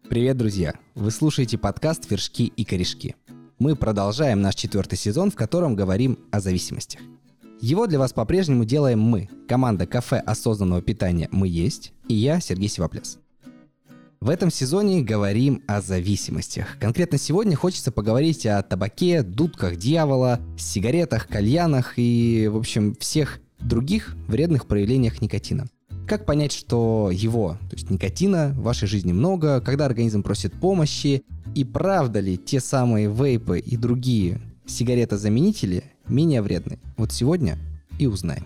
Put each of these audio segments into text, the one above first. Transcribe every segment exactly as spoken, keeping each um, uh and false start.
Привет, друзья! Вы слушаете подкаст «Вершки и корешки». Мы продолжаем наш четвертый сезон, в котором говорим о зависимостях. Его для вас по-прежнему делаем мы, команда кафе осознанного питания «Мы есть» и я, Сергей Сивопляс. В этом сезоне говорим о зависимостях. Конкретно сегодня хочется поговорить о табаке, дудках дьявола, сигаретах, кальянах и, в общем, всех других вредных проявлениях никотина. Как понять, что его, то есть никотина, в вашей жизни много, когда организм просит помощи, и правда ли те самые вейпы и другие сигаретозаменители менее вредны? Вот сегодня и узнаем.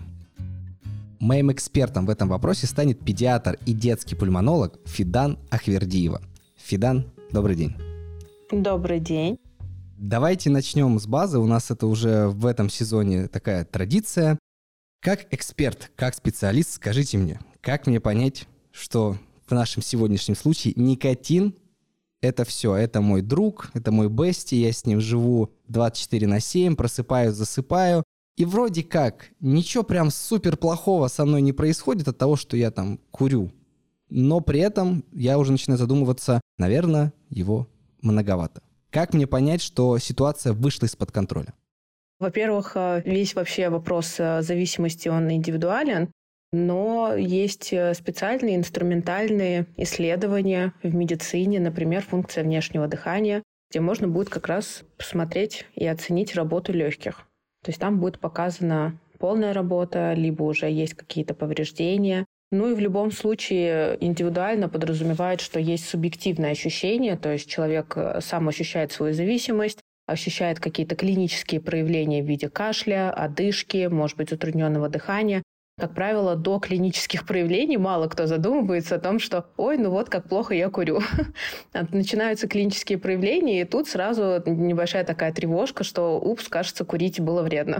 Моим экспертом в этом вопросе станет педиатр и детский пульмонолог Фидан Ахвердиева. Фидан, добрый день. Добрый день. Давайте начнем с базы. У нас это уже в этом сезоне такая традиция. Как эксперт, как специалист, скажите мне, как мне понять, что в нашем сегодняшнем случае никотин – это все, это мой друг, это мой бести, я с ним живу двадцать четыре на семь, просыпаюсь, засыпаю, и вроде как ничего прям супер плохого со мной не происходит от того, что я там курю, но при этом я уже начинаю задумываться, наверное, его многовато. Как мне понять, что ситуация вышла из-под контроля? Во-первых, весь вообще вопрос зависимости, он индивидуален, но есть специальные инструментальные исследования в медицине, например, функция внешнего дыхания, где можно будет как раз посмотреть и оценить работу легких. То есть там будет показана полная работа, либо уже есть какие-то повреждения. Ну и в любом случае индивидуально подразумевает, что есть субъективное ощущение, то есть человек сам ощущает свою зависимость, ощущает какие-то клинические проявления в виде кашля, одышки, может быть, затрудненного дыхания. Как правило, до клинических проявлений мало кто задумывается о том, что «ой, ну вот как плохо я курю». Начинаются клинические проявления, и тут сразу небольшая такая тревожка, что «упс, кажется, курить было вредно».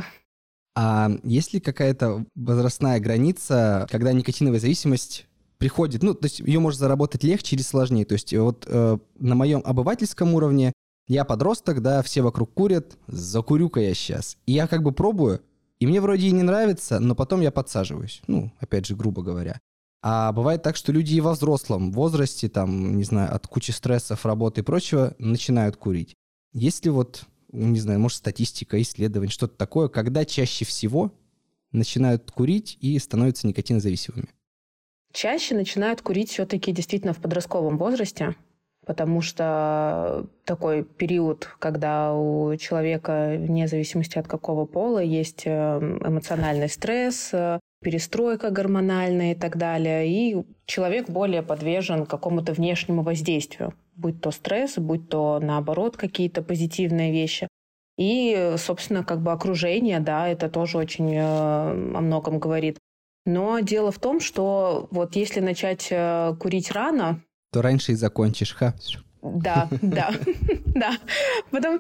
А есть ли какая-то возрастная граница, когда никотиновая зависимость приходит, ну, то есть ее можно заработать легче или сложнее? То есть вот э, на моем обывательском уровне я подросток, да, все вокруг курят, закурю-ка я сейчас. И я как бы пробую, и мне вроде и не нравится, но потом я подсаживаюсь. Ну, опять же, грубо говоря. А бывает так, что люди и во взрослом возрасте, там, не знаю, от кучи стрессов, работы и прочего, начинают курить. Есть ли вот, не знаю, может, статистика, исследование, что-то такое, когда чаще всего начинают курить и становятся никотинозависимыми? Чаще начинают курить все-таки действительно в подростковом возрасте, потому что такой период, когда у человека, вне зависимости от какого пола, есть эмоциональный стресс, перестройка гормональная и так далее, и человек более подвержен какому-то внешнему воздействию, будь то стресс, будь то, наоборот, какие-то позитивные вещи. И, собственно, как бы окружение, да, это тоже очень о многом говорит. Но дело в том, что вот если начать курить рано, то раньше и закончишь, ха. Да, да, да. Потом,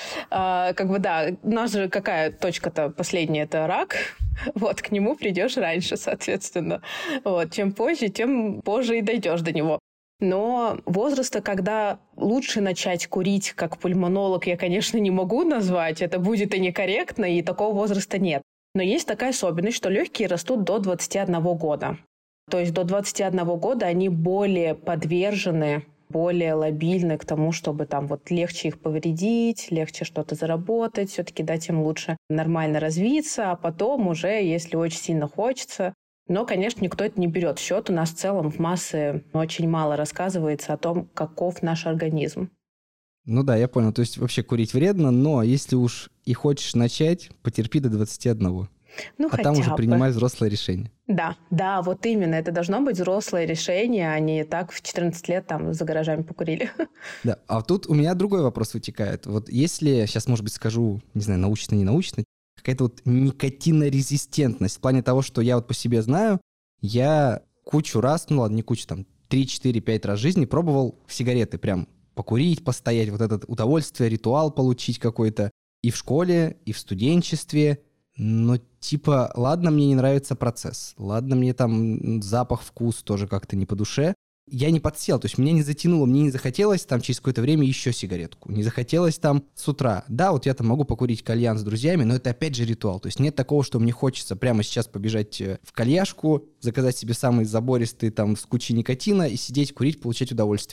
как бы, да, у нас же какая точка-то последняя, это рак. Вот, к нему придешь раньше, соответственно. Вот, чем позже, тем позже и дойдешь до него. Но возраста, когда лучше начать курить, как пульмонолог, я, конечно, не могу назвать. Это будет и некорректно, и такого возраста нет. Но есть такая особенность, что легкие растут до двадцати одного года. То есть до двадцати одного года они более подвержены, более лобильны к тому, чтобы там вот легче их повредить, легче что-то заработать, все-таки дать им лучше нормально развиться, а потом уже, если очень сильно хочется. Но, конечно, никто это не берет в счет. У нас в целом в массе очень мало рассказывается о том, каков наш организм. Ну да, я понял. То есть вообще курить вредно, но если уж и хочешь начать, потерпи до двадцати одного. Ну, а там уже бы. принимай взрослое решение. Да, да, вот именно. Это должно быть взрослое решение, а не так в четырнадцать лет там за гаражами покурили. Да, а тут у меня другой вопрос вытекает. Вот если, сейчас, может быть, скажу, не знаю, научно, не научно, какая-то вот никотинорезистентность в плане того, что я вот по себе знаю, я кучу раз, ну ладно, не кучу, там, три, четыре, пять раз в жизни пробовал сигареты, прям покурить, постоять, вот это удовольствие, ритуал получить какой-то и в школе, и в студенчестве. Но типа, ладно, мне не нравится процесс, ладно, мне там запах, вкус тоже как-то не по душе. Я не подсел, то есть меня не затянуло, мне не захотелось там через какое-то время еще сигаретку, не захотелось там с утра. Да, вот я там могу покурить кальян с друзьями, но это опять же ритуал, то есть нет такого, что мне хочется прямо сейчас побежать в кальяшку, заказать себе самый забористый там с кучей никотина и сидеть, курить, получать удовольствие.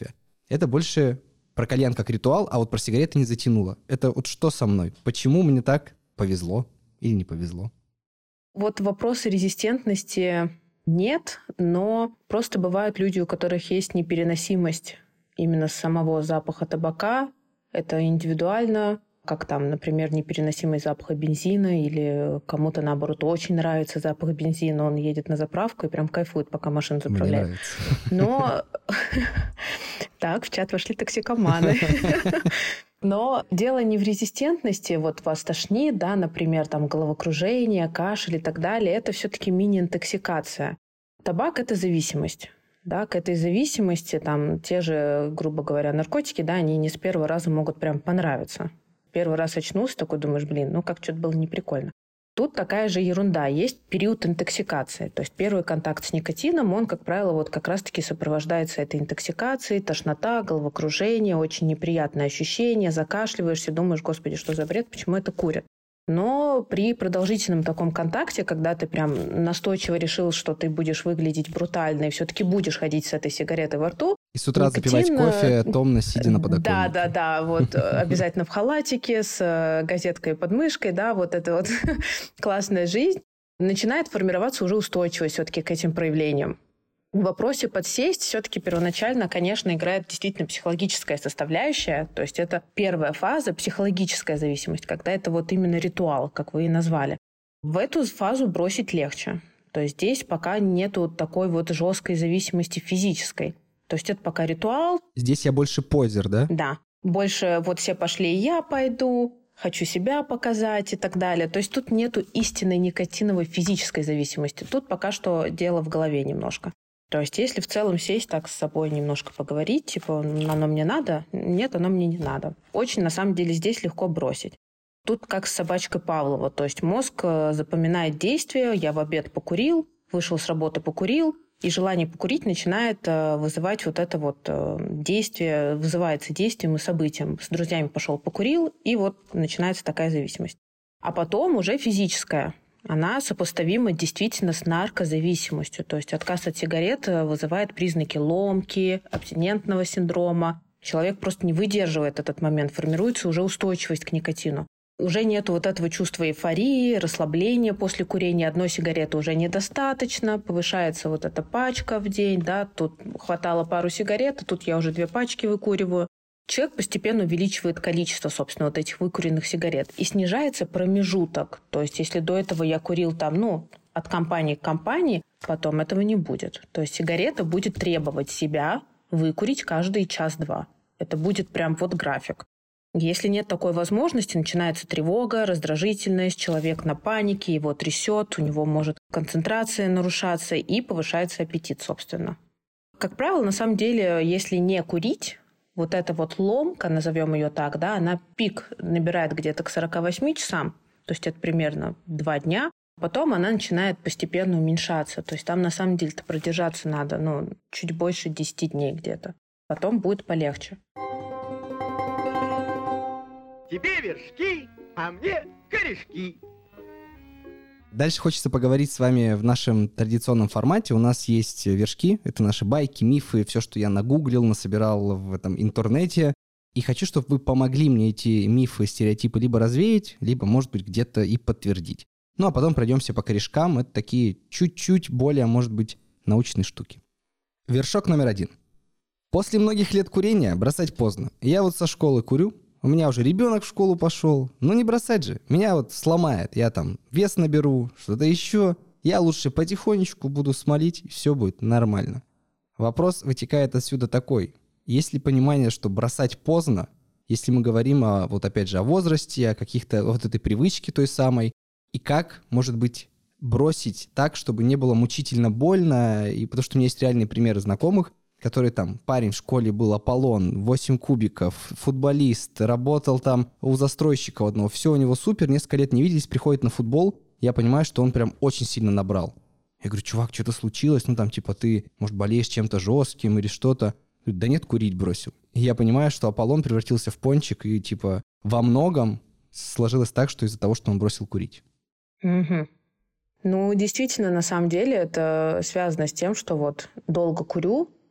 Это больше про кальян как ритуал, а вот про сигареты не затянуло. Это вот что со мной? Почему мне так повезло или не повезло? Вот вопросы резистентности нет, но просто бывают люди, у которых есть непереносимость именно самого запаха табака. Это индивидуально, как там, например, непереносимость запаха бензина, или кому-то, наоборот, очень нравится запах бензина, он едет на заправку и прям кайфует, пока машину заправляет. Мне нравится. Но так, в чат вошли токсикоманы. Но дело не в резистентности, вот вас тошнит, да, например, там головокружение, кашель и так далее, это все-таки мини-интоксикация. Табак – это зависимость. Да, к этой зависимости там те же, грубо говоря, наркотики, да, они не с первого раза могут прям понравиться. Первый раз очнулся, такой думаешь, блин, ну как что-то было неприкольно. Тут такая же ерунда. Есть период интоксикации. То есть первый контакт с никотином, он, как правило, вот как раз-таки сопровождается этой интоксикацией, тошнота, головокружение, очень неприятное ощущение, закашливаешься, думаешь, господи, что за бред, почему это курят? Но при продолжительном таком контакте, когда ты прям настойчиво решил, что ты будешь выглядеть брутально и все-таки будешь ходить с этой сигаретой во рту. И с утра никотин... запивать кофе, томно сидя на подоконнике. Да, да, да, вот обязательно в халатике, с газеткой под мышкой, да, вот это вот классная жизнь. Начинает формироваться уже устойчивость все-таки к этим проявлениям. В вопросе подсесть все-таки первоначально, конечно, играет действительно психологическая составляющая. То есть это первая фаза, психологическая зависимость, когда это вот именно ритуал, как вы и назвали. В эту фазу бросить легче. То есть здесь пока нету такой вот жесткой зависимости физической. То есть это пока ритуал. Здесь я больше позер, да? Да. Больше вот все пошли, и я пойду, хочу себя показать и так далее. То есть тут нету истинной никотиновой физической зависимости. Тут пока что дело в голове немножко. То есть если в целом сесть так с собой немножко поговорить, типа, оно мне надо, нет, оно мне не надо. Очень, на самом деле, здесь легко бросить. Тут как с собачкой Павлова. То есть мозг запоминает действия, я в обед покурил, вышел с работы, покурил, и желание покурить начинает вызывать вот это вот действие, вызывается действием и событием. С друзьями пошел, покурил, и вот начинается такая зависимость. А потом уже физическая. Она сопоставима действительно с наркозависимостью. То есть отказ от сигарет вызывает признаки ломки, абстинентного синдрома. Человек просто не выдерживает этот момент, формируется уже устойчивость к никотину. Уже нет вот этого чувства эйфории, расслабления после курения. Одной сигареты уже недостаточно, повышается вот эта пачка в день. Да? Тут хватало пару сигарет, а тут я уже две пачки выкуриваю. Человек постепенно увеличивает количество, собственно, вот этих выкуренных сигарет. И снижается промежуток. То есть, если до этого я курил там, ну, от компании к компании, потом этого не будет. То есть, сигарета будет требовать себя выкурить каждый час-два. Это будет прям вот график. Если нет такой возможности, начинается тревога, раздражительность, человек на панике, его трясет, у него может концентрация нарушаться и повышается аппетит, собственно. Как правило, на самом деле, если не курить, вот эта вот ломка, назовем ее так, да, она пик набирает где-то к сорока восьми часам, то есть это примерно два дня. Потом она начинает постепенно уменьшаться. То есть там на самом деле-то продержаться надо, ну, чуть больше десяти дней где-то. Потом будет полегче. Тебе вершки, а мне корешки. Дальше хочется поговорить с вами в нашем традиционном формате. У нас есть вершки, это наши байки, мифы, все, что я нагуглил, насобирал в этом интернете. И хочу, чтобы вы помогли мне эти мифы, стереотипы либо развеять, либо, может быть, где-то и подтвердить. Ну, а потом пройдемся по корешкам. Это такие чуть-чуть более, может быть, научные штуки. Вершок номер один. После многих лет курения бросать поздно. Я вот со школы курю. У меня уже ребенок в школу пошел. Ну не бросать же. Меня вот сломает. Я там вес наберу, что-то еще. Я лучше потихонечку буду смолить, и все будет нормально. Вопрос вытекает отсюда такой. Есть ли понимание, что бросать поздно, если мы говорим о, вот опять же, о возрасте, о каких-то вот этой привычке той самой, и как, может быть, бросить так, чтобы не было мучительно больно, и потому что у меня есть реальные примеры знакомых, который там, парень в школе был Аполлон, восемь кубиков, футболист, работал там у застройщика одного, все у него супер, несколько лет не виделись, приходит на футбол, я понимаю, что он прям очень сильно набрал. Я говорю, чувак, что-то случилось, ну там типа ты, может, болеешь чем-то жестким или что-то. Говорит, да нет, курить бросил. И я понимаю, что Аполлон превратился в пончик, и типа во многом сложилось так, что из-за того, что он бросил курить. Угу. Ну, действительно, на самом деле это связано с тем, что вот долго курю,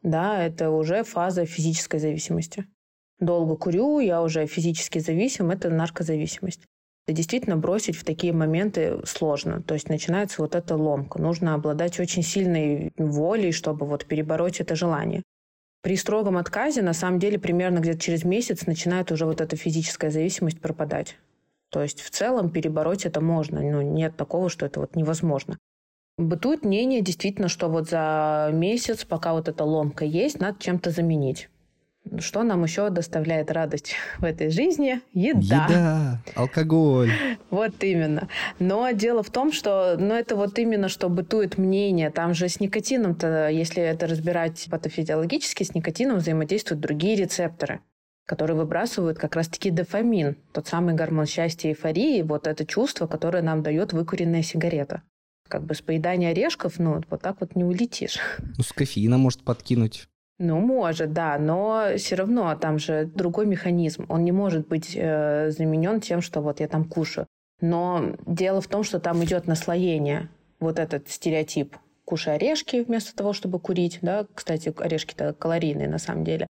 да, это уже фаза физической зависимости. Долго курю, я уже физически зависим, это наркозависимость. Это действительно бросить в такие моменты сложно. То есть начинается вот эта ломка. Нужно обладать очень сильной волей, чтобы вот перебороть это желание. При строгом отказе, на самом деле, примерно где-то через месяц начинает уже вот эта физическая зависимость пропадать. То есть в целом перебороть это можно. Ну, нет такого, что это вот невозможно. Бытует мнение действительно, что вот за месяц, пока вот эта ломка есть, надо чем-то заменить. Что нам еще доставляет радость в этой жизни? Еда. Еда, алкоголь. Вот именно. Но дело в том, что ну, это вот именно, что бытует мнение. Там же с никотином-то, если это разбирать патофизиологически, с никотином взаимодействуют другие рецепторы, которые выбрасывают как раз-таки дофамин, тот самый гормон счастья и эйфории, вот это чувство, которое нам дает выкуренная сигарета. Как бы с поедания орешков, ну, вот так вот не улетишь. Ну, с кофеина может подкинуть. Ну, может, да, но все равно там же другой механизм. Он не может быть э, заменен тем, что вот я там кушаю. Но дело в том, что там идет наслоение. Вот этот стереотип. Кушай орешки вместо того, чтобы курить. Да? Кстати, орешки-то калорийные на самом деле.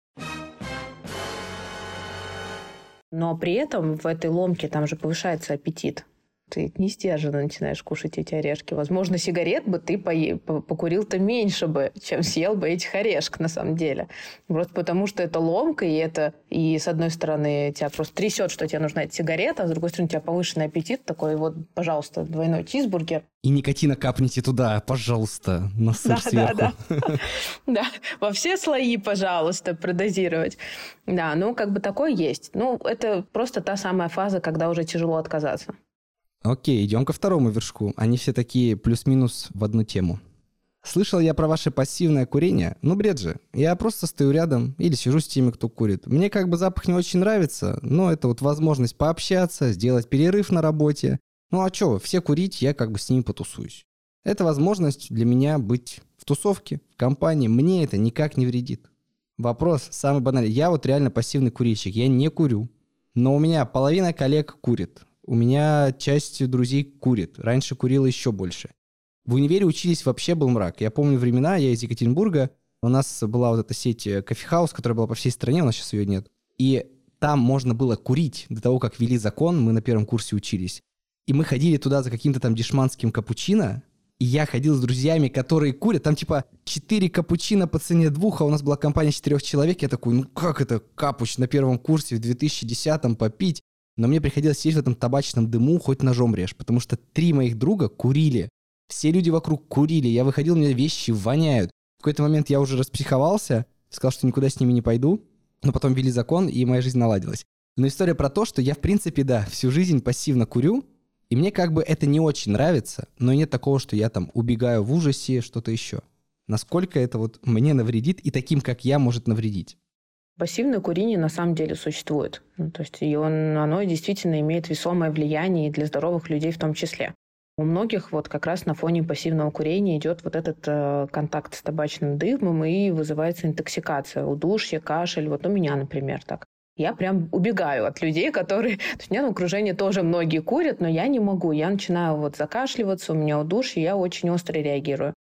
Но при этом в этой ломке там же повышается аппетит. Ты не сдержанно начинаешь кушать эти орешки. Возможно, сигарет бы ты по- покурил-то меньше бы, чем съел бы этих орешек на самом деле. Просто потому, что это ломка, и это, и с одной стороны тебя просто трясет, что тебе нужна эта сигарета, а с другой стороны у тебя повышенный аппетит, такой вот, пожалуйста, двойной чизбургер. И никотина капните туда, пожалуйста, на сыр сверху. Да, да, да. Да, во все слои, пожалуйста, продозировать. Да, ну, как бы такое есть. Ну, это просто та самая фаза, когда уже тяжело отказаться. Окей, идем ко второму вершку. Они все такие плюс-минус в одну тему. Слышал я про ваше пассивное курение. Ну, бред же. Я просто стою рядом или сижу с теми, кто курит. Мне как бы запах не очень нравится, но это вот возможность пообщаться, сделать перерыв на работе. Ну а что, все курить, я как бы с ними потусуюсь. Это возможность для меня быть в тусовке, в компании. Мне это никак не вредит. Вопрос самый банальный. Я вот реально пассивный курильщик. Я не курю. Но у меня половина коллег курит. У меня часть друзей курит. Раньше курила еще больше. В универе учились, вообще был мрак. Я помню времена, я из Екатеринбурга. У нас была вот эта сеть кофе-хаус, которая была по всей стране, у нас сейчас ее нет. И там можно было курить до того, как ввели закон. Мы на первом курсе учились. И мы ходили туда за каким-то там дешманским капучино. И я ходил с друзьями, которые курят. Там типа четыре капучино по цене двух, а у нас была компания четырех человек. Я такой, ну как это капуч на первом курсе в две тысячи десятом попить? Но мне приходилось сидеть в этом табачном дыму, хоть ножом режь, потому что три моих друга курили. Все люди вокруг курили. Я выходил, у меня вещи воняют. В какой-то момент я уже распсиховался, сказал, что никуда с ними не пойду. Но потом ввели закон, и моя жизнь наладилась. Но история про то, что я, в принципе, да, всю жизнь пассивно курю, и мне как бы это не очень нравится, но нет такого, что я там убегаю в ужасе, что-то еще. Насколько это вот мне навредит, и таким, как я, может навредить? Пассивное курение на самом деле существует. Ну, то есть и он, оно действительно имеет весомое влияние и для здоровых людей в том числе. У многих вот как раз на фоне пассивного курения идет вот этот э, контакт с табачным дымом и вызывается интоксикация, удушье, кашель. Вот у меня, например, так. Я прям убегаю от людей, которые... То есть у меня в окружении тоже многие курят, но я не могу. Я начинаю вот закашливаться, у меня удушье, я очень остро реагирую.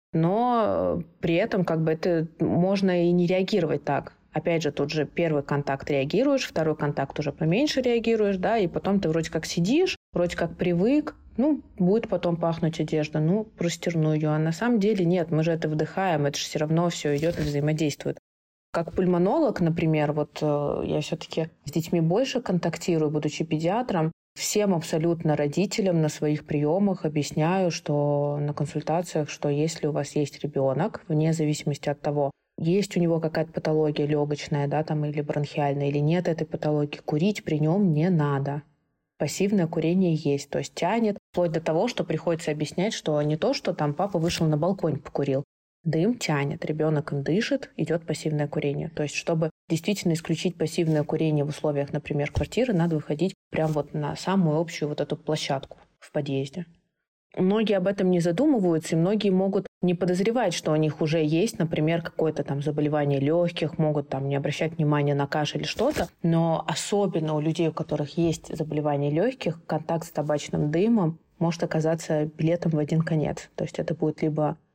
Но при этом как бы это можно и не реагировать так. Опять же, тут же первый контакт реагируешь, второй контакт уже поменьше реагируешь, да, и потом ты вроде как сидишь, вроде как привык, ну, будет потом пахнуть одежда, ну, простерну ее. А на самом деле нет, мы же это вдыхаем, это же все равно все идет и взаимодействует. Как пульмонолог, например, вот э, я все-таки с детьми больше контактирую, будучи педиатром, всем абсолютно родителям на своих приемах объясняю, что на консультациях, что если у вас есть ребенок, вне зависимости от того, есть у него какая-то патология легочная, да, там, или бронхиальная, или нет этой патологии, курить при нем не надо. Пассивное курение есть, то есть тянет, вплоть до того, что приходится объяснять, что не то, что там папа вышел на балкон, покурил. Дым тянет, ребенок им дышит, идет пассивное курение. То есть, чтобы действительно исключить пассивное курение в условиях, например, квартиры, надо выходить прямо вот на самую общую вот эту площадку в подъезде. Многие об этом не задумываются, и многие могут не подозревать, что у них уже есть, например, какое-то там заболевание легких, могут там не обращать внимания на кашель или что-то, но особенно у людей, у которых есть заболевание легких, контакт с табачным дымом может оказаться билетом в один конец. То есть это будет либо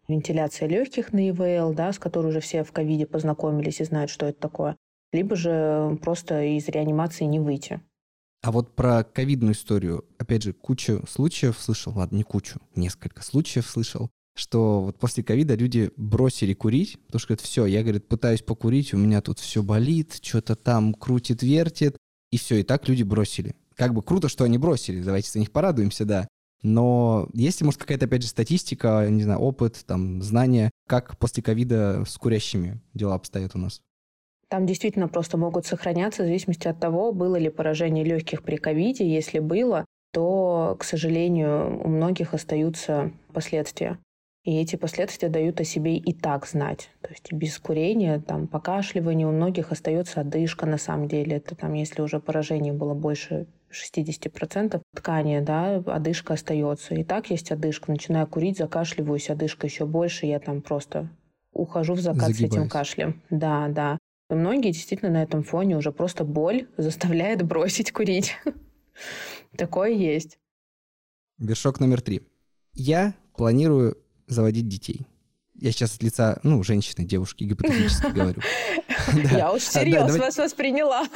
вентиляция легких на и вэ эл, да, с которой уже все в ковиде познакомились и знают, что это такое, либо же просто из реанимации не выйти. А вот про ковидную историю, опять же, кучу случаев слышал, ладно, не кучу, несколько случаев слышал, что вот после ковида люди бросили курить, потому что говорят, все, я, говорит, пытаюсь покурить, у меня тут все болит, что-то там крутит, вертит, и все, и так люди бросили. Как бы круто, что они бросили, давайте за них порадуемся, да. Но есть ли, может, какая-то, опять же, статистика, не знаю, опыт, там, знания, как после ковида с курящими дела обстоят у нас? Там действительно просто могут сохраняться в зависимости от того, было ли поражение легких при ковиде. Если было, то, к сожалению, у многих остаются последствия. И эти последствия дают о себе и так знать. То есть без курения, там, покашливания у многих остается одышка на самом деле. Это там, если уже поражение было больше шестьдесят процентов ткани, да, одышка остается. И так есть одышка. Начинаю курить, закашливаюсь, одышка еще больше, я там просто ухожу в закат Загибаюсь. С этим кашлем. Да, да. И многие действительно на этом фоне уже просто боль заставляет бросить курить. Такое есть. Вершок номер три. Я планирую заводить детей. Я сейчас от лица, ну, женщины, девушки, гипотетически говорю. Я уж серьезно вас восприняла.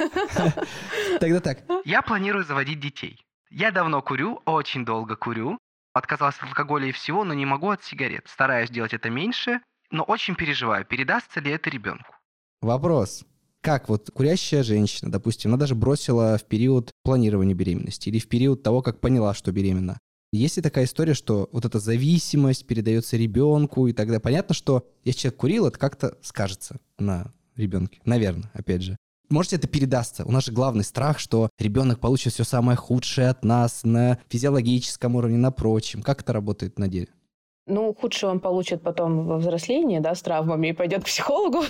Тогда так. Я планирую заводить детей. Я давно курю, очень долго курю. Отказалась от алкоголя и всего, но не могу от сигарет. Стараюсь делать это меньше, но очень переживаю, передастся ли это ребенку. Вопрос. Как вот курящая женщина, допустим, она даже бросила в период планирования беременности или в период того, как поняла, что беременна. Есть ли такая история, что вот эта зависимость передается ребенку, и тогда понятно, что если человек курил, это как-то скажется на ребенке. Наверное, опять же. Можете это передастся. У нас же главный страх, что ребенок получит все самое худшее от нас на физиологическом уровне, на прочем. Как это работает на деле? Ну, худшее он получит потом во взрослении, да, с травмами и пойдет к психологу.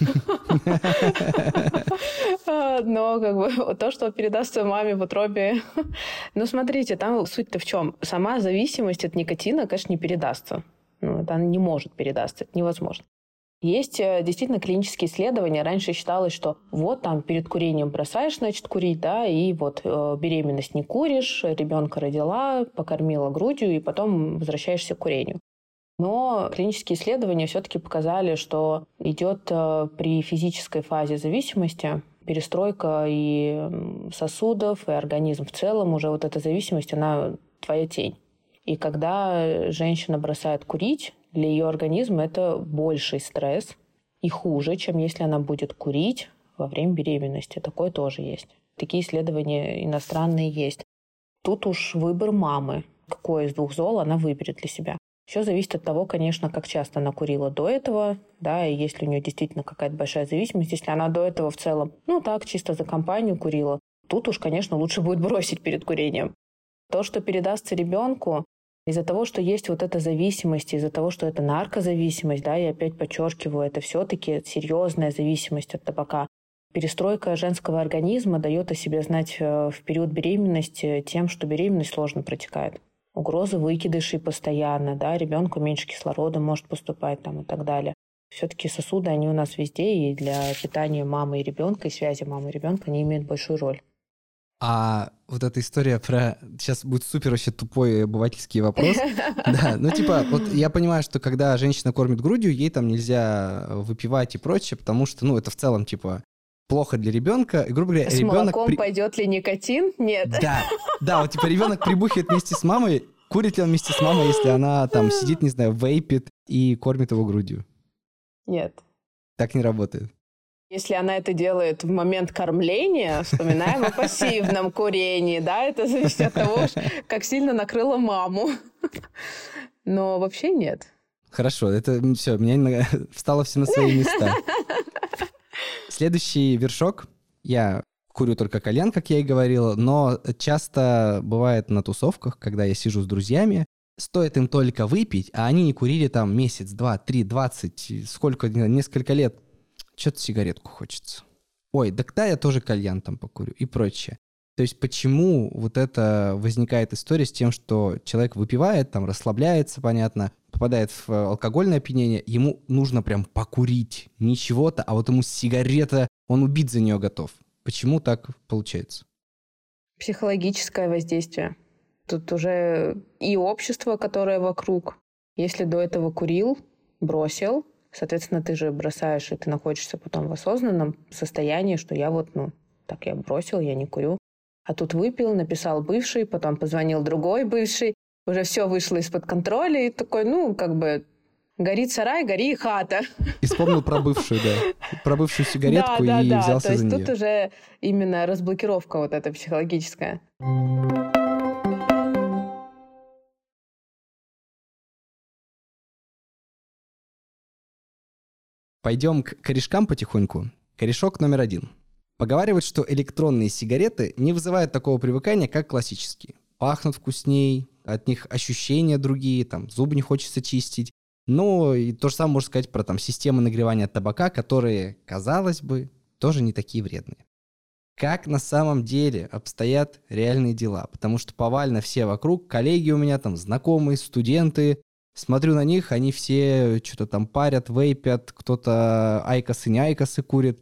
Но как бы то, что передастся маме в утробе... Ну, смотрите, там суть-то в чем? Сама зависимость от никотина, конечно, не передастся. Ну, это она не может передастся, это невозможно. Есть действительно клинические исследования. Раньше считалось, что вот там перед курением бросаешь, значит, курить, да, и вот э, беременность не куришь, ребенка родила, покормила грудью, и потом возвращаешься к курению. Но клинические исследования все-таки показали, что идет при физической фазе зависимости перестройка и сосудов, и организм в целом. Уже вот эта зависимость, она твоя тень. И когда женщина бросает курить, для ее организма это больший стресс и хуже, чем если она будет курить во время беременности. Такое тоже есть. Такие исследования иностранные есть. Тут уж выбор мамы. Какое из двух зол она выберет для себя. Все зависит от того, конечно, как часто она курила до этого, да, и если у нее действительно какая-то большая зависимость, если она до этого в целом, ну так, чисто за компанию курила, тут уж, конечно, лучше будет бросить перед курением. То, что передастся ребенку, из-за того, что есть вот эта зависимость, из-за того, что это наркозависимость, да, я опять подчеркиваю, это все-таки серьезная зависимость от табака. Перестройка женского организма дает о себе знать в период беременности тем, что беременность сложно протекает. Угрозы выкидышей постоянно, да, ребенку меньше кислорода может поступать там, и так далее. Все-таки сосуды, они у нас везде, и для питания мамы и ребенка, и связи мамы и ребенка, они имеют большую роль. А вот эта история про... Сейчас будет супер вообще тупой обывательский вопрос. Да, ну типа, вот я понимаю, что когда женщина кормит грудью, ей там нельзя выпивать и прочее, потому что, ну, это в целом, типа, плохо для ребенка. И, грубо говоря, с ребенок... молоком при... пойдет ли никотин? Нет. Да, да, вот типа ребенок прибухивает вместе с мамой. Курит ли он вместе с мамой, если она там сидит, не знаю, вейпит и кормит его грудью? Нет. Так не работает. Если она это делает в момент кормления, вспоминаем о пассивном курении, да, это зависит от того, как сильно накрыла маму. Но вообще нет. Хорошо, это все, меня встало все на свои места. Следующий вершок. Я курю только кальян, как я и говорил, но часто бывает на тусовках, когда я сижу с друзьями, стоит им только выпить, а они не курили там месяц, два, три, двадцать, сколько, несколько лет. Что-то сигаретку хочется. Ой, да когда я тоже кальян там покурю и прочее. То есть почему вот это возникает история с тем, что человек выпивает, там расслабляется, понятно, попадает в алкогольное опьянение, ему нужно прям покурить, не чего-то, а вот ему сигарета, он убить за нее готов. Почему так получается? Психологическое воздействие. Тут уже и общество, которое вокруг. Если до этого курил, бросил. Соответственно, ты же бросаешь, и ты находишься потом в осознанном состоянии, что я вот, ну, так я бросил, я не курю. А тут выпил, написал бывший, потом позвонил другой бывший. Уже все вышло из-под контроля, и такой, ну, как бы, горит сарай, гори и хата. И вспомнил про бывшую, да. Про бывшую сигаретку да, да, и да. взялся То есть за нее. тут уже именно разблокировка вот эта психологическая. Пойдем к корешкам потихоньку. Корешок номер один. Поговаривают, что электронные сигареты не вызывают такого привыкания, как классические. Пахнут вкусней, от них ощущения другие, там, зубы не хочется чистить. Ну, и то же самое можно сказать про там, системы нагревания табака, которые, казалось бы, тоже не такие вредные. Как на самом деле обстоят реальные дела? Потому что повально все вокруг, коллеги у меня там, знакомые, студенты, смотрю на них, они все что-то там парят, вейпят, кто-то айкосы, не айкосы курит.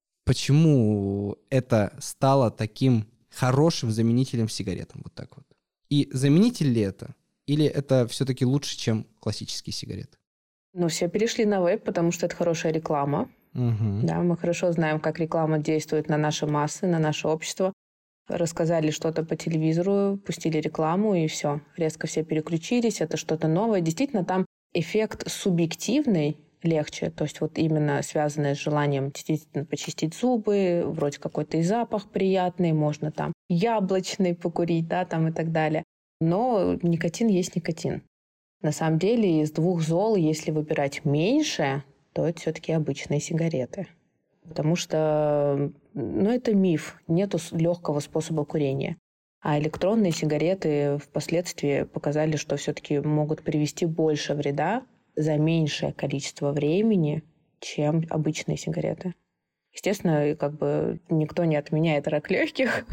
Почему это стало таким хорошим заменителем сигаретам? Вот так вот. И заменитель ли это? Или это все-таки лучше, чем классические сигареты? Ну, все перешли на вейп, потому что это хорошая реклама. Угу. Да, мы хорошо знаем, как реклама действует на наши массы, на наше общество. Рассказали что-то по телевизору, пустили рекламу, и все. Резко все переключились, это что-то новое. Действительно, там эффект субъективный легче, то есть вот именно связанное с желанием действительно почистить зубы, вроде какой-то и запах приятный, можно там яблочный покурить, да, там и так далее. Но никотин есть никотин. На самом деле из двух зол, если выбирать меньше, то это все-таки обычные сигареты. Потому что, ну, это миф, нету легкого способа курения. А электронные сигареты впоследствии показали, что все-таки могут привести больше вреда за меньшее количество времени, чем обычные сигареты. Естественно, как бы никто не отменяет рак легких,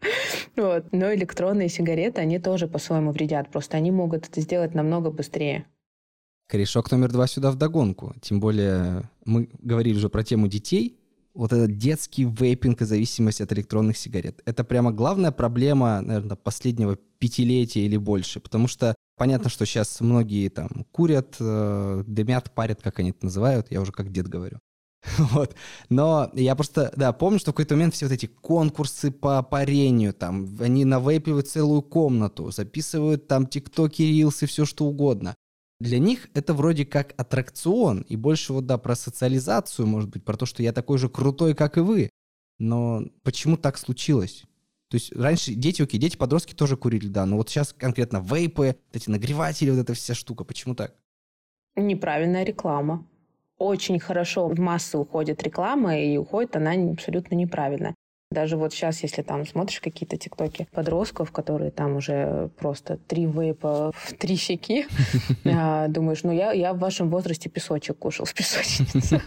вот. Но электронные сигареты, они тоже по-своему вредят, просто они могут это сделать намного быстрее. Корешок номер два сюда вдогонку. Тем более мы говорили уже про тему детей. Вот этот детский вейпинг и зависимость от электронных сигарет. Это прямо главная проблема, наверное, последнего пятилетия или больше. Потому что понятно, что сейчас многие там курят, э, дымят, парят, как они это называют. Я уже как дед говорю. Вот. Но я просто, да, помню, что в какой-то момент все вот эти конкурсы по парению, там, они навейпивают целую комнату, записывают там тиктоки, рилсы, все что угодно. Для них это вроде как аттракцион, и больше вот, да, про социализацию, может быть, про то, что я такой же крутой, как и вы. Но почему так случилось? То есть раньше дети, окей, дети-подростки тоже курили, да, но вот сейчас конкретно вейпы, эти нагреватели, вот эта вся штука, почему так? Неправильная реклама. Очень хорошо в массы уходит реклама, и уходит она абсолютно неправильно. Даже вот сейчас, если там смотришь какие-то тиктоки подростков, которые там уже просто три вейпа в три щеки, думаешь, ну я, я в вашем возрасте песочек кушал в песочнице.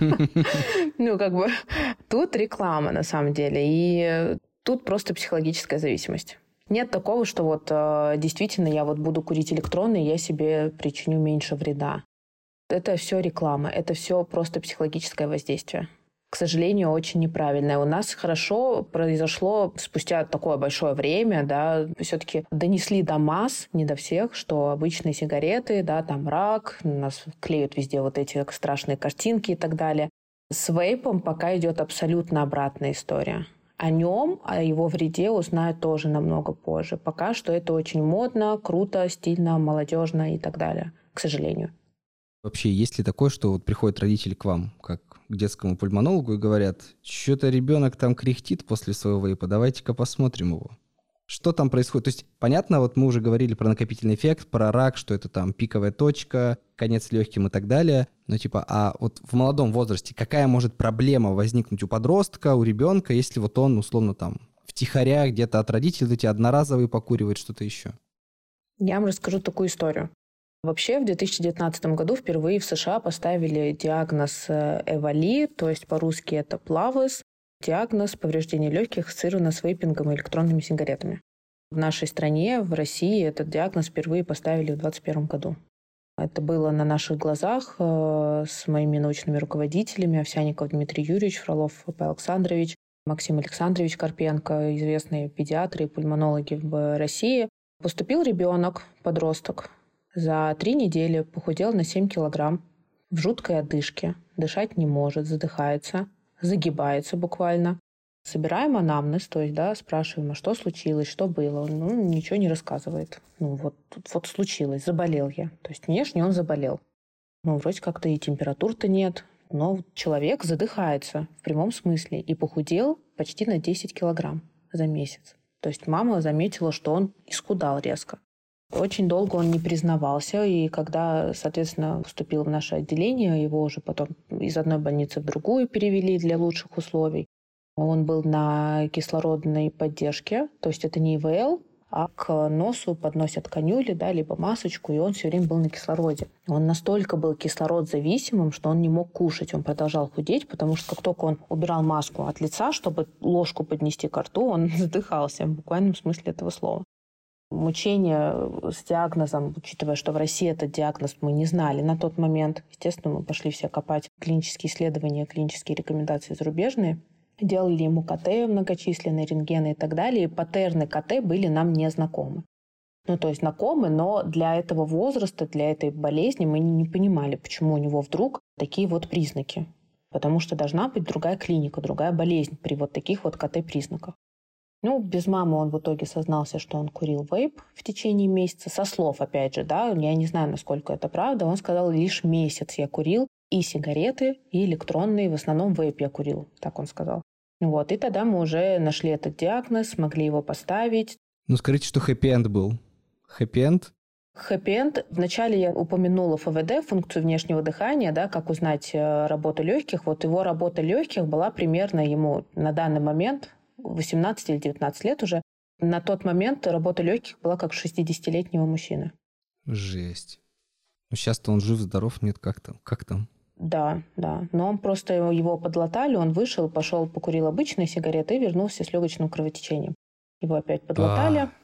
Ну, как бы тут реклама на самом деле, и тут просто психологическая зависимость. Нет такого, что вот действительно я вот буду курить электронные, я себе причиню меньше вреда. Это все реклама, это все просто психологическое воздействие. К сожалению, очень неправильное. У нас хорошо произошло спустя такое большое время, да, все-таки донесли до масс, не до всех, что обычные сигареты, да, там рак, у нас клеют везде вот эти страшные картинки и так далее. С вейпом пока идет абсолютно обратная история. О нем, о его вреде узнают тоже намного позже. Пока что это очень модно, круто, стильно, молодежно и так далее, к сожалению. Вообще, есть ли такое, что вот приходят родители к вам, как к детскому пульмонологу, и говорят, что-то ребенок там кряхтит после своего вейпа, давайте-ка посмотрим его. Что там происходит? То есть, понятно, вот мы уже говорили про накопительный эффект, про рак, что это там пиковая точка, конец легким и так далее. Но типа, а вот в молодом возрасте какая может проблема возникнуть у подростка, у ребенка, если вот он, условно, там втихаря где-то от родителей эти одноразовые покуривает, что-то еще? Я вам расскажу такую историю. Вообще в две тысячи девятнадцатом году впервые в США поставили диагноз ЭВАЛИ, то есть по-русски это ПЛАВЭС, диагноз повреждения легких, ассоциированный с вейпингом и электронными сигаретами. В нашей стране, в России, этот диагноз впервые поставили в двадцать первом году. Это было на наших глазах э, с моими научными руководителями: Овсянников Дмитрий Юрьевич, Фролов Павел Александрович, Максим Александрович Карпенко, известные педиатры и пульмонологи в России. Поступил ребенок, подросток. За три недели похудел на семь килограмм. в жуткой одышке, дышать не может, задыхается, загибается буквально. Собираем анамнез, то есть, да, спрашиваем, а что случилось, что было. Он, ну, ничего не рассказывает. Ну, вот, вот случилось, заболел я. То есть, внешне он заболел. Ну, вроде как-то и температур-то нет. Но человек задыхается в прямом смысле и похудел почти на десять килограмм за месяц. То есть, мама заметила, что он исхудал резко. Очень долго он не признавался, и когда, соответственно, поступил в наше отделение, его уже потом из одной больницы в другую перевели для лучших условий. Он был на кислородной поддержке, то есть это не И В Л, а к носу подносят канюли, да, либо масочку, и он все время был на кислороде. Он настолько был кислород-зависимым, что он не мог кушать, он продолжал худеть, потому что как только он убирал маску от лица, чтобы ложку поднести ко рту, он задыхался в буквальном смысле этого слова. Мучения с диагнозом, учитывая, что в России этот диагноз мы не знали на тот момент. Естественно, мы пошли все копать клинические исследования, клинические рекомендации зарубежные. Делали ему Ка Тэ многочисленные, рентгены и так далее. И паттерны Ка Тэ были нам не знакомы. Ну, то есть знакомы, но для этого возраста, для этой болезни мы не понимали, почему у него вдруг такие вот признаки. Потому что должна быть другая клиника, другая болезнь при вот таких вот Ка Тэ признаках. Ну, без мамы он в итоге сознался, что он курил вейп в течение месяца. Со слов, опять же, да, я не знаю, насколько это правда. Он сказал, лишь месяц я курил и сигареты, и электронные, в основном вейп я курил, так он сказал. Вот, и тогда мы уже нашли этот диагноз, смогли его поставить. Ну, скажите, что хэппи-энд был. Хэппи-энд? Хэппи-энд. Вначале я упомянула Эф В Дэ, функцию внешнего дыхания, да, как узнать работу легких. Вот его работа легких была примерно ему на данный момент восемнадцать или девятнадцать лет уже. На тот момент работа легких была как шестидесятилетнего мужчины. Жесть. Ну, сейчас-то он жив-здоров, нет, как там? Как там? Да, да. Но он просто его подлатали, он вышел, пошел, покурил обычные сигареты и вернулся с легочным кровотечением. Его опять подлатали. А.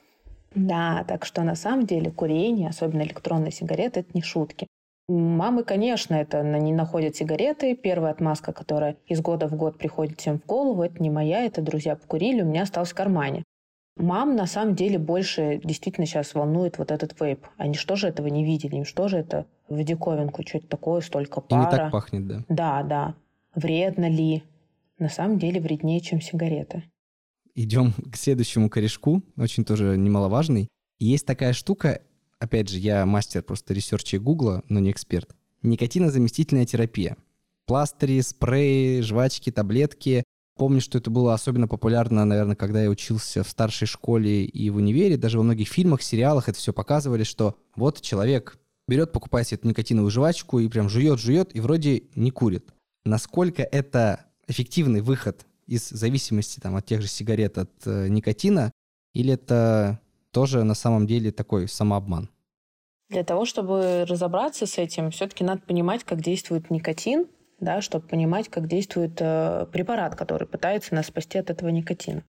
Да, так что на самом деле курение, особенно электронные сигареты, это не шутки. Мамы, конечно, это не находят сигареты. Первая отмазка, которая из года в год приходит всем в голову, это не моя, это друзья покурили, у меня осталось в кармане. Мам на самом деле больше действительно сейчас волнует вот этот вейп. Они что же этого не видели? Им что же это в диковинку? Что это такое? Столько пара. И не так пахнет, да? Да, да. Вредно ли? На самом деле вреднее, чем сигареты. Идем к следующему корешку, очень тоже немаловажный. Есть такая штука, опять же, я мастер просто ресерча и гугла, но не эксперт. Никотинозаместительная терапия. Пластыри, спреи, жвачки, таблетки. Помню, что это было особенно популярно, наверное, когда я учился в старшей школе и в универе. Даже во многих фильмах, сериалах это все показывали, что вот человек берет, покупает себе эту никотиновую жвачку и прям жует-жует, и вроде не курит. Насколько это эффективный выход из зависимости там, от тех же сигарет, от э, никотина, или это тоже на самом деле такой самообман? Для того, чтобы разобраться с этим, все-таки надо понимать, как действует никотин, да, чтобы понимать, как действует э, препарат, который пытается нас спасти от этого никотина.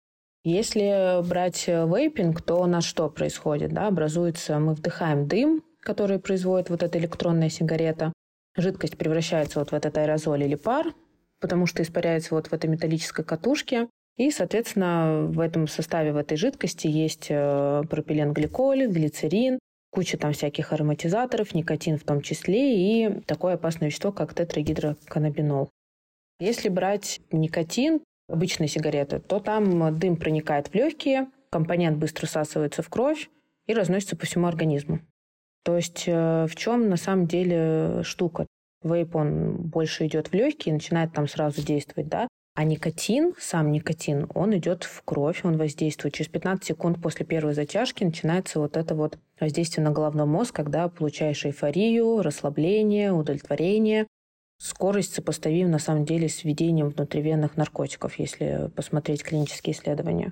Если брать вейпинг, то у нас что происходит? Да? Образуется, мы вдыхаем дым, который производит вот эта электронная сигарета. Жидкость превращается вот в этот аэрозоль или пар, потому что испаряется вот в этой металлической катушке. И, соответственно, в этом составе, в этой жидкости есть пропиленгликоль, глицерин, куча там всяких ароматизаторов, никотин в том числе, и такое опасное вещество, как тетрагидроканнабинол. Если брать никотин, обычные сигареты, то там дым проникает в легкие, компонент быстро всасывается в кровь и разносится по всему организму. То есть в чем на самом деле штука? Вейп, он больше идет в легкие, начинает там сразу действовать, да? А никотин, сам никотин, он идет в кровь, он воздействует. Через пятнадцать секунд после первой затяжки начинается вот это вот воздействие на головной мозг, когда получаешь эйфорию, расслабление, удовлетворение. Скорость сопоставима на самом деле с введением внутривенных наркотиков, если посмотреть клинические исследования.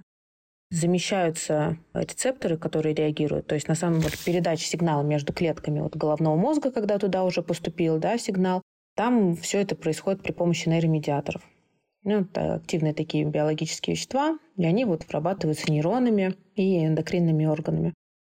Замещаются рецепторы, которые реагируют. То есть на самом деле передача сигнала между клетками вот головного мозга, когда туда уже поступил, да, сигнал, там все это происходит при помощи нейромедиаторов. Ну, это активные такие биологические вещества, и они вот вырабатываются нейронами и эндокринными органами.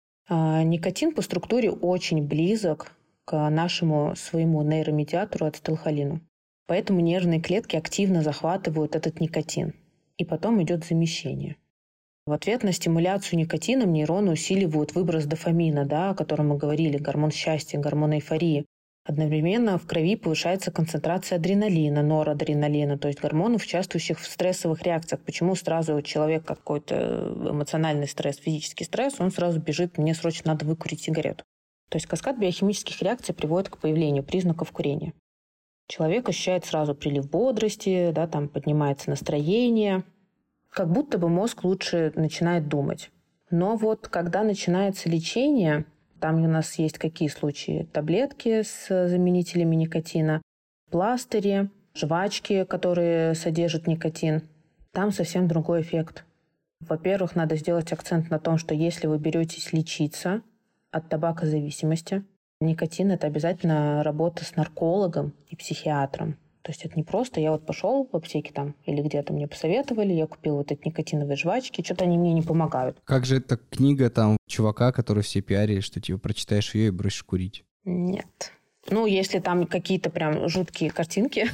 А никотин по структуре очень близок к нашему своему нейромедиатору ацетилхолину. Поэтому нервные клетки активно захватывают этот никотин. И потом идет замещение. В ответ на стимуляцию никотином нейроны усиливают выброс дофамина, да, о котором мы говорили, гормон счастья, гормон эйфории. Одновременно в крови повышается концентрация адреналина, норадреналина, то есть гормонов, участвующих в стрессовых реакциях. Почему сразу человек какой-то эмоциональный стресс, физический стресс, он сразу бежит, мне срочно надо выкурить сигарету. То есть каскад биохимических реакций приводит к появлению признаков курения. Человек ощущает сразу прилив бодрости, да, там поднимается настроение, как будто бы мозг лучше начинает думать. Но вот когда начинается лечение, там у нас есть какие случаи? Таблетки с заменителями никотина, пластыри, жвачки, которые содержат никотин. Там совсем другой эффект. Во-первых, надо сделать акцент на том, что если вы беретесь лечиться от табакозависимости, никотин – это обязательно работа с наркологом и психиатром. То есть это не просто я вот пошел в аптеке там или где-то мне посоветовали, я купил вот эти никотиновые жвачки, что-то они мне не помогают. Как же эта книга там чувака, который все пиарили, что типа прочитаешь ее и бросишь курить? Нет. Ну, если там какие-то прям жуткие картинки,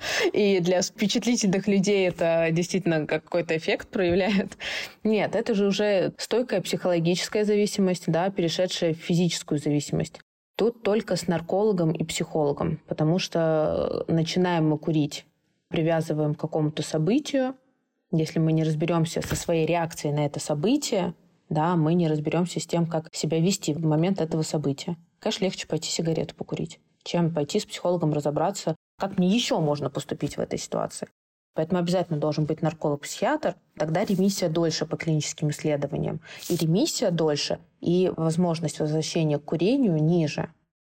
и для впечатлительных людей это действительно какой-то эффект проявляет. Нет, это же уже стойкая психологическая зависимость, да, перешедшая в физическую зависимость. Тут только с наркологом и психологом, потому что начинаем мы курить, привязываем к какому-то событию. Если мы не разберемся со своей реакцией на это событие, да, мы не разберемся с тем, как себя вести в момент этого события. Конечно, легче пойти сигарету покурить, чем пойти с психологом разобраться, как мне еще можно поступить в этой ситуации. Поэтому обязательно должен быть нарколог-психиатр, тогда ремиссия дольше по клиническим исследованиям. И ремиссия дольше, и возможность возвращения к курению ниже.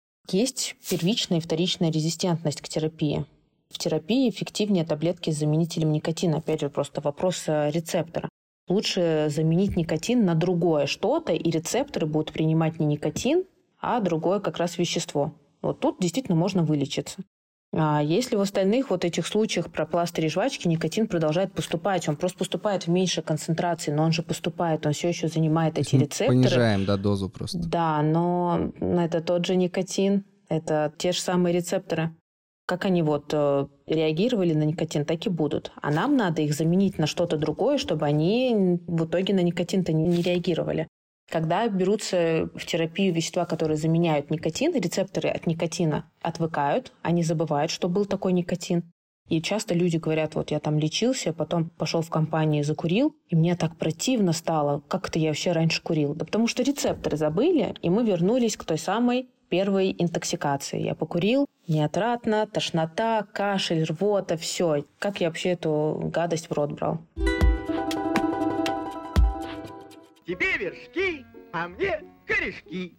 Есть первичная и вторичная резистентность к терапии. В терапии эффективнее таблетки с заменителем никотина. Опять же, просто вопрос рецептора. Лучше заменить никотин на другое что-то, и рецепторы будут принимать не никотин, а другое как раз вещество. Вот тут действительно можно вылечиться. А если в остальных вот этих случаях про пластыри и жвачки никотин продолжает поступать, он просто поступает в меньшей концентрации, но он же поступает, он все еще занимает эти рецепторы. Понижаем, да, дозу просто. Да, но это тот же никотин, это те же самые рецепторы. Как они вот реагировали на никотин, так и будут. А нам надо их заменить на что-то другое, чтобы они в итоге на никотин-то не реагировали. Когда берутся в терапию вещества, которые заменяют никотин, рецепторы от никотина отвыкают, они забывают, что был такой никотин. И часто люди говорят, вот я там лечился, потом пошел в компанию и закурил, и мне так противно стало, как это я вообще раньше курил. Да потому что рецепторы забыли, и мы вернулись к той самой первой интоксикации. Я покурил, неотвратно, тошнота, кашель, рвота, все. Как я вообще эту гадость в рот брал? Тебе вершки, а мне корешки.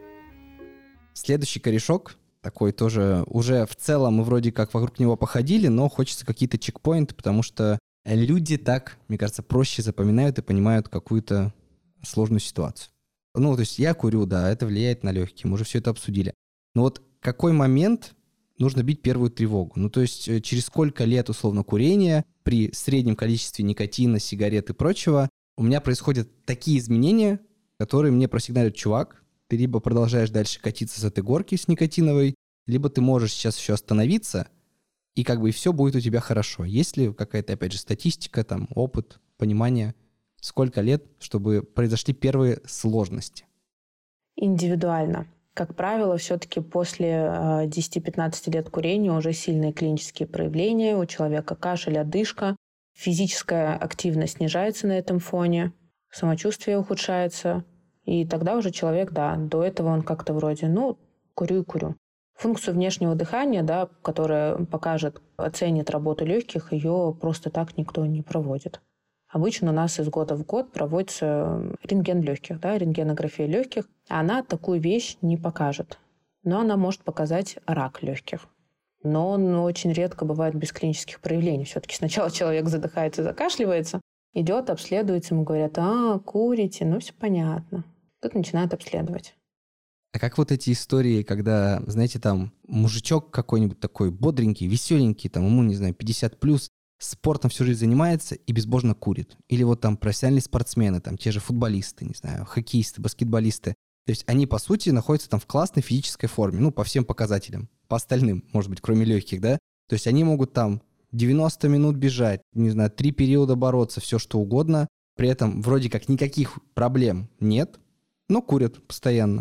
Следующий корешок, такой тоже уже в целом мы вроде как вокруг него походили, но хочется какие-то чекпоинты, потому что люди так, мне кажется, проще запоминают и понимают какую-то сложную ситуацию. Ну, то есть я курю, да, это влияет на легкие, мы уже все это обсудили. Но вот какой момент нужно бить первую тревогу? Ну, то есть через сколько лет, условно, курения при среднем количестве никотина, сигарет и прочего у меня происходят такие изменения, которые мне просигналят: чувак, ты либо продолжаешь дальше катиться с этой горки с никотиновой, либо ты можешь сейчас еще остановиться, и как бы и все будет у тебя хорошо. Есть ли какая-то, опять же, статистика, там, опыт, понимание, сколько лет, чтобы произошли первые сложности? Индивидуально. Как правило, все-таки после десяти-пятнадцати лет курения уже сильные клинические проявления, у человека кашель, одышка, физическая активность снижается на этом фоне, самочувствие ухудшается, и тогда уже человек, да, до этого он как-то вроде, ну, курю и курю. Функцию внешнего дыхания, да, которая покажет, оценит работу легких, ее просто так никто не проводит. Обычно у нас из года в год проводится рентген легких, да, рентгенография легких, а она такую вещь не покажет. Но она может показать рак легких. Но он очень редко бывает без клинических проявлений. Все-таки сначала человек задыхается, закашливается, идет, обследуется, ему говорят: а, курите, ну все понятно. Тут начинают обследовать. А как вот эти истории, когда, знаете, там мужичок какой-нибудь такой бодренький, веселенький, там ему, не знаю, пятьдесят плюс, спортом всю жизнь занимается и безбожно курит. Или вот там профессиональные спортсмены, там те же футболисты, не знаю, хоккеисты, баскетболисты. То есть они, по сути, находятся там в классной физической форме, ну, по всем показателям, по остальным, может быть, кроме легких, да? То есть они могут там девяносто минут бежать, не знаю, три периода бороться, все что угодно. При этом вроде как никаких проблем нет, но курят постоянно.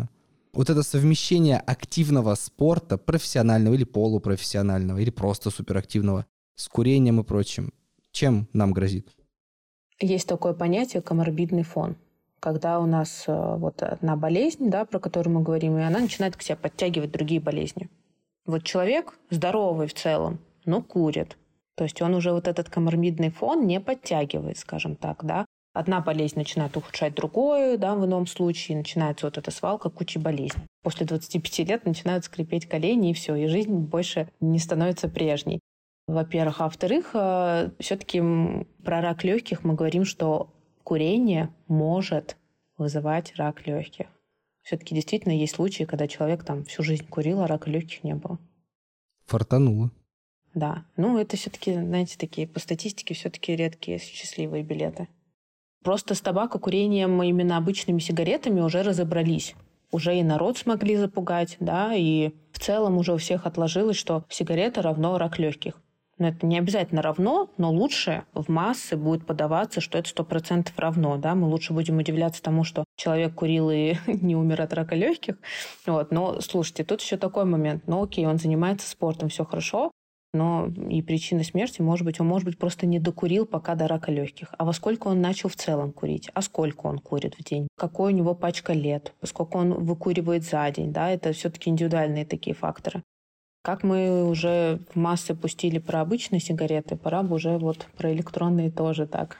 Вот это совмещение активного спорта, профессионального или полупрофессионального, или просто суперактивного, с курением и прочим, чем нам грозит? Есть такое понятие коморбидный фон. Когда у нас вот одна болезнь, да, про которую мы говорим, и она начинает к себе подтягивать другие болезни. Вот человек здоровый в целом, но курит. То есть он уже вот этот коморбидный фон не подтягивает, скажем так, да. Одна болезнь начинает ухудшать другую, да, в ином случае начинается вот эта свалка кучи болезней. После двадцати пяти лет начинают скрипеть колени, и все, и жизнь больше не становится прежней. Во-первых. А во-вторых, все-таки про рак легких мы говорим, что курение может вызывать рак легких. Все-таки действительно есть случаи, когда человек там всю жизнь курил, а рака легких не было. Фартануло. Да. Ну, это все-таки, знаете, такие по статистике все-таки редкие счастливые билеты. Просто с табакокурением, именно обычными сигаретами уже разобрались. Уже и народ смогли запугать, да, и в целом уже у всех отложилось, что сигарета равно рак легких. Но это не обязательно равно, но лучше в массы будет подаваться, что это сто процентов равно. Да? Мы лучше будем удивляться тому, что человек курил и не умер от рака легких. Вот. Но слушайте, тут еще такой момент. Ну окей, он занимается спортом, все хорошо, но и причина смерти, может быть, он, может быть, просто не докурил пока до рака легких. А во сколько он начал в целом курить? А сколько он курит в день? Какой у него пачка лет? Сколько он выкуривает за день? Да? Это все-таки индивидуальные такие факторы. Как мы уже в массы пустили про обычные сигареты, пора бы уже вот про электронные тоже так.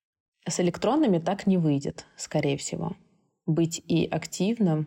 С электронными так не выйдет, скорее всего. Быть и активным,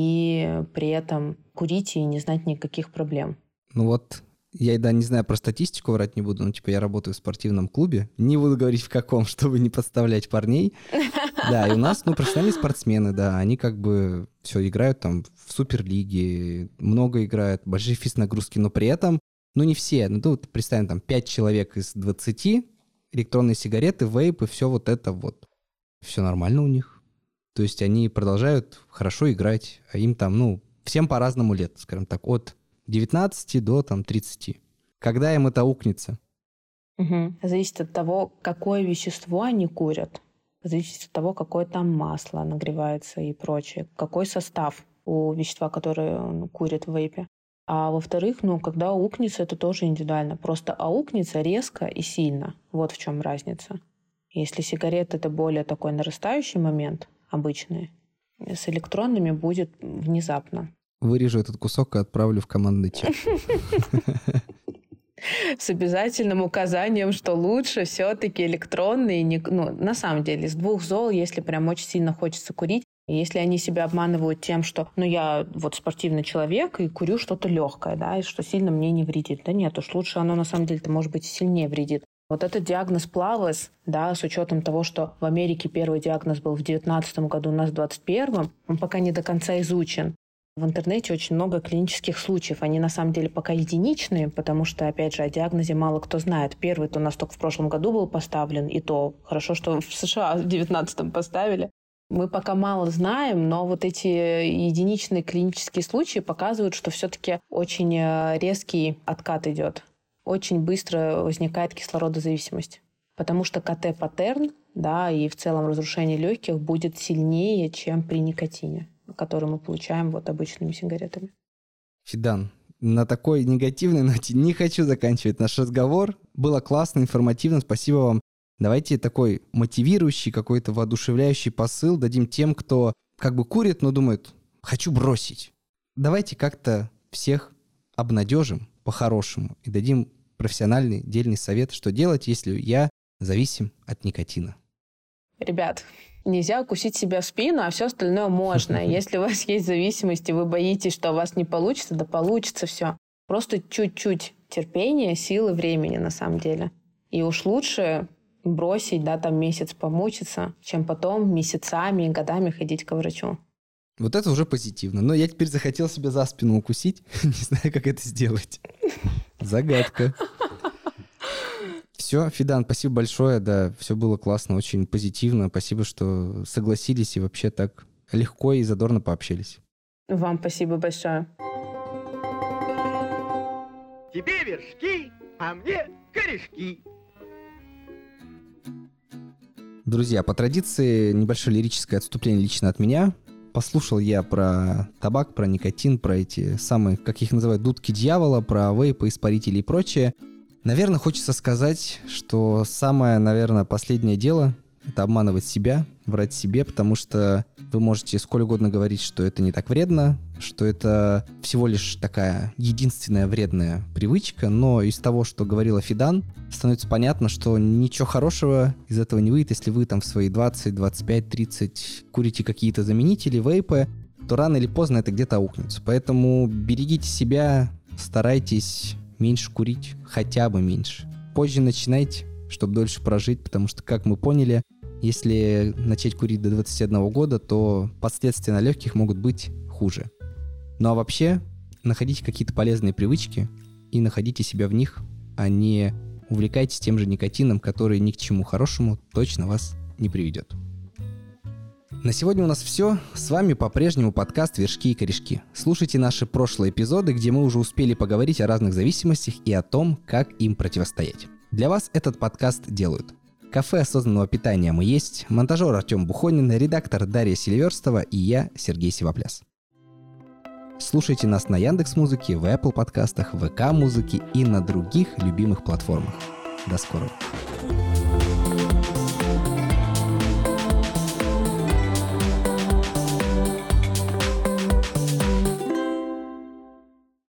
и при этом курить и не знать никаких проблем. Ну вот, я, да, не знаю, про статистику врать не буду, но типа я работаю в спортивном клубе. Не буду говорить в каком, чтобы не подставлять парней. Да, и у нас, ну, профессиональные спортсмены, да, они как бы все играют там в суперлиге, много играют, большие физ-нагрузки, но при этом, ну, не все. Ну, тут представим, там, пять человек из двадцати, электронные сигареты, вейпы, все вот это вот. Все нормально у них. То есть они продолжают хорошо играть, а им там, ну, всем по-разному лет, скажем так, от девятнадцати до там тридцати. Когда им это аукнется? Угу. Зависит от того, какое вещество они курят. Зависит от того, какое там масло нагревается и прочее. Какой состав у вещества, которое он курит в вейпе. А во-вторых, ну, когда аукнется, это тоже индивидуально. Просто аукнется резко и сильно. Вот в чем разница. Если сигарет — это более такой нарастающий момент, обычный, с электронными будет внезапно. Вырежу этот кусок и отправлю в командный чат. С обязательным указанием, что лучше все-таки электронные. Не, ну, на самом деле, с двух зол, если прям очень сильно хочется курить, если они себя обманывают тем, что ну я вот спортивный человек и курю что-то легкое, да, и что сильно мне не вредит. Да нет, уж лучше оно на самом деле-то может быть и сильнее вредит. Вот этот диагноз Плавес, да, с учетом того, что в Америке первый диагноз был в девятнадцатом году, у нас в двадцать первом, он пока не до конца изучен. В интернете очень много клинических случаев. Они на самом деле пока единичные, потому что, опять же, о диагнозе мало кто знает. Первый-то у нас только в прошлом году был поставлен, и то хорошо, что в США в девятнадцатом поставили. Мы пока мало знаем, но вот эти единичные клинические случаи показывают, что все-таки очень резкий откат идет. Очень быстро возникает кислородозависимость. Потому что ка тэ-паттерн, да, и в целом разрушение легких будет сильнее, чем при никотине, который мы получаем вот обычными сигаретами. Фидан, на такой негативной ноте не хочу заканчивать наш разговор. Было классно, информативно, спасибо вам. Давайте такой мотивирующий, какой-то воодушевляющий посыл дадим тем, кто как бы курит, но думает, хочу бросить. Давайте как-то всех обнадежим по-хорошему и дадим профессиональный, дельный совет, что делать, если я зависим от никотина. Ребят, нельзя укусить себя в спину, а все остальное можно. Если у вас есть зависимость, и вы боитесь, что у вас не получится, да получится все. Просто чуть-чуть терпения, силы, времени на самом деле. И уж лучше бросить, да, там месяц помучиться, чем потом месяцами и годами ходить к врачу. Вот это уже позитивно. Но я теперь захотел себя за спину укусить. Не знаю, как это сделать. Загадка. Все, Фидан, спасибо большое. Да, все было классно, очень позитивно. Спасибо, что согласились и вообще так легко и задорно пообщались. Вам спасибо большое. Тебе вершки, а мне корешки. Друзья, по традиции небольшое лирическое отступление лично от меня. Послушал я про табак, про никотин, про эти самые, как их называют, дудки дьявола, про вейпы, испарители и прочее. Наверное, хочется сказать, что самое, наверное, последнее дело — это обманывать себя, врать себе, потому что вы можете сколь угодно говорить, что это не так вредно, что это всего лишь такая единственная вредная привычка, но из того, что говорила Фидан, становится понятно, что ничего хорошего из этого не выйдет, если вы там в свои двадцать, двадцать пять, тридцать курите какие-то заменители, вейпы, то рано или поздно это где-то аукнется. Поэтому берегите себя, старайтесь меньше курить, хотя бы меньше. Позже начинайте, чтобы дольше прожить, потому что, как мы поняли, если начать курить до двадцати одного года, то последствия на легких могут быть хуже. Ну а вообще, находите какие-то полезные привычки и находите себя в них, а не увлекайтесь тем же никотином, который ни к чему хорошему точно вас не приведет. На сегодня у нас все. С вами по-прежнему подкаст «Вершки и корешки». Слушайте наши прошлые эпизоды, где мы уже успели поговорить о разных зависимостях и о том, как им противостоять. Для вас этот подкаст делают Кафе осознанного питания «Мы есть», монтажер Артем Бухонин, редактор Дарья Селиверстова и я, Сергей Сивопляс. Слушайте нас на Яндекс.Музыке, в Apple подкастах, в ВК-музыке и на других любимых платформах. До скорого.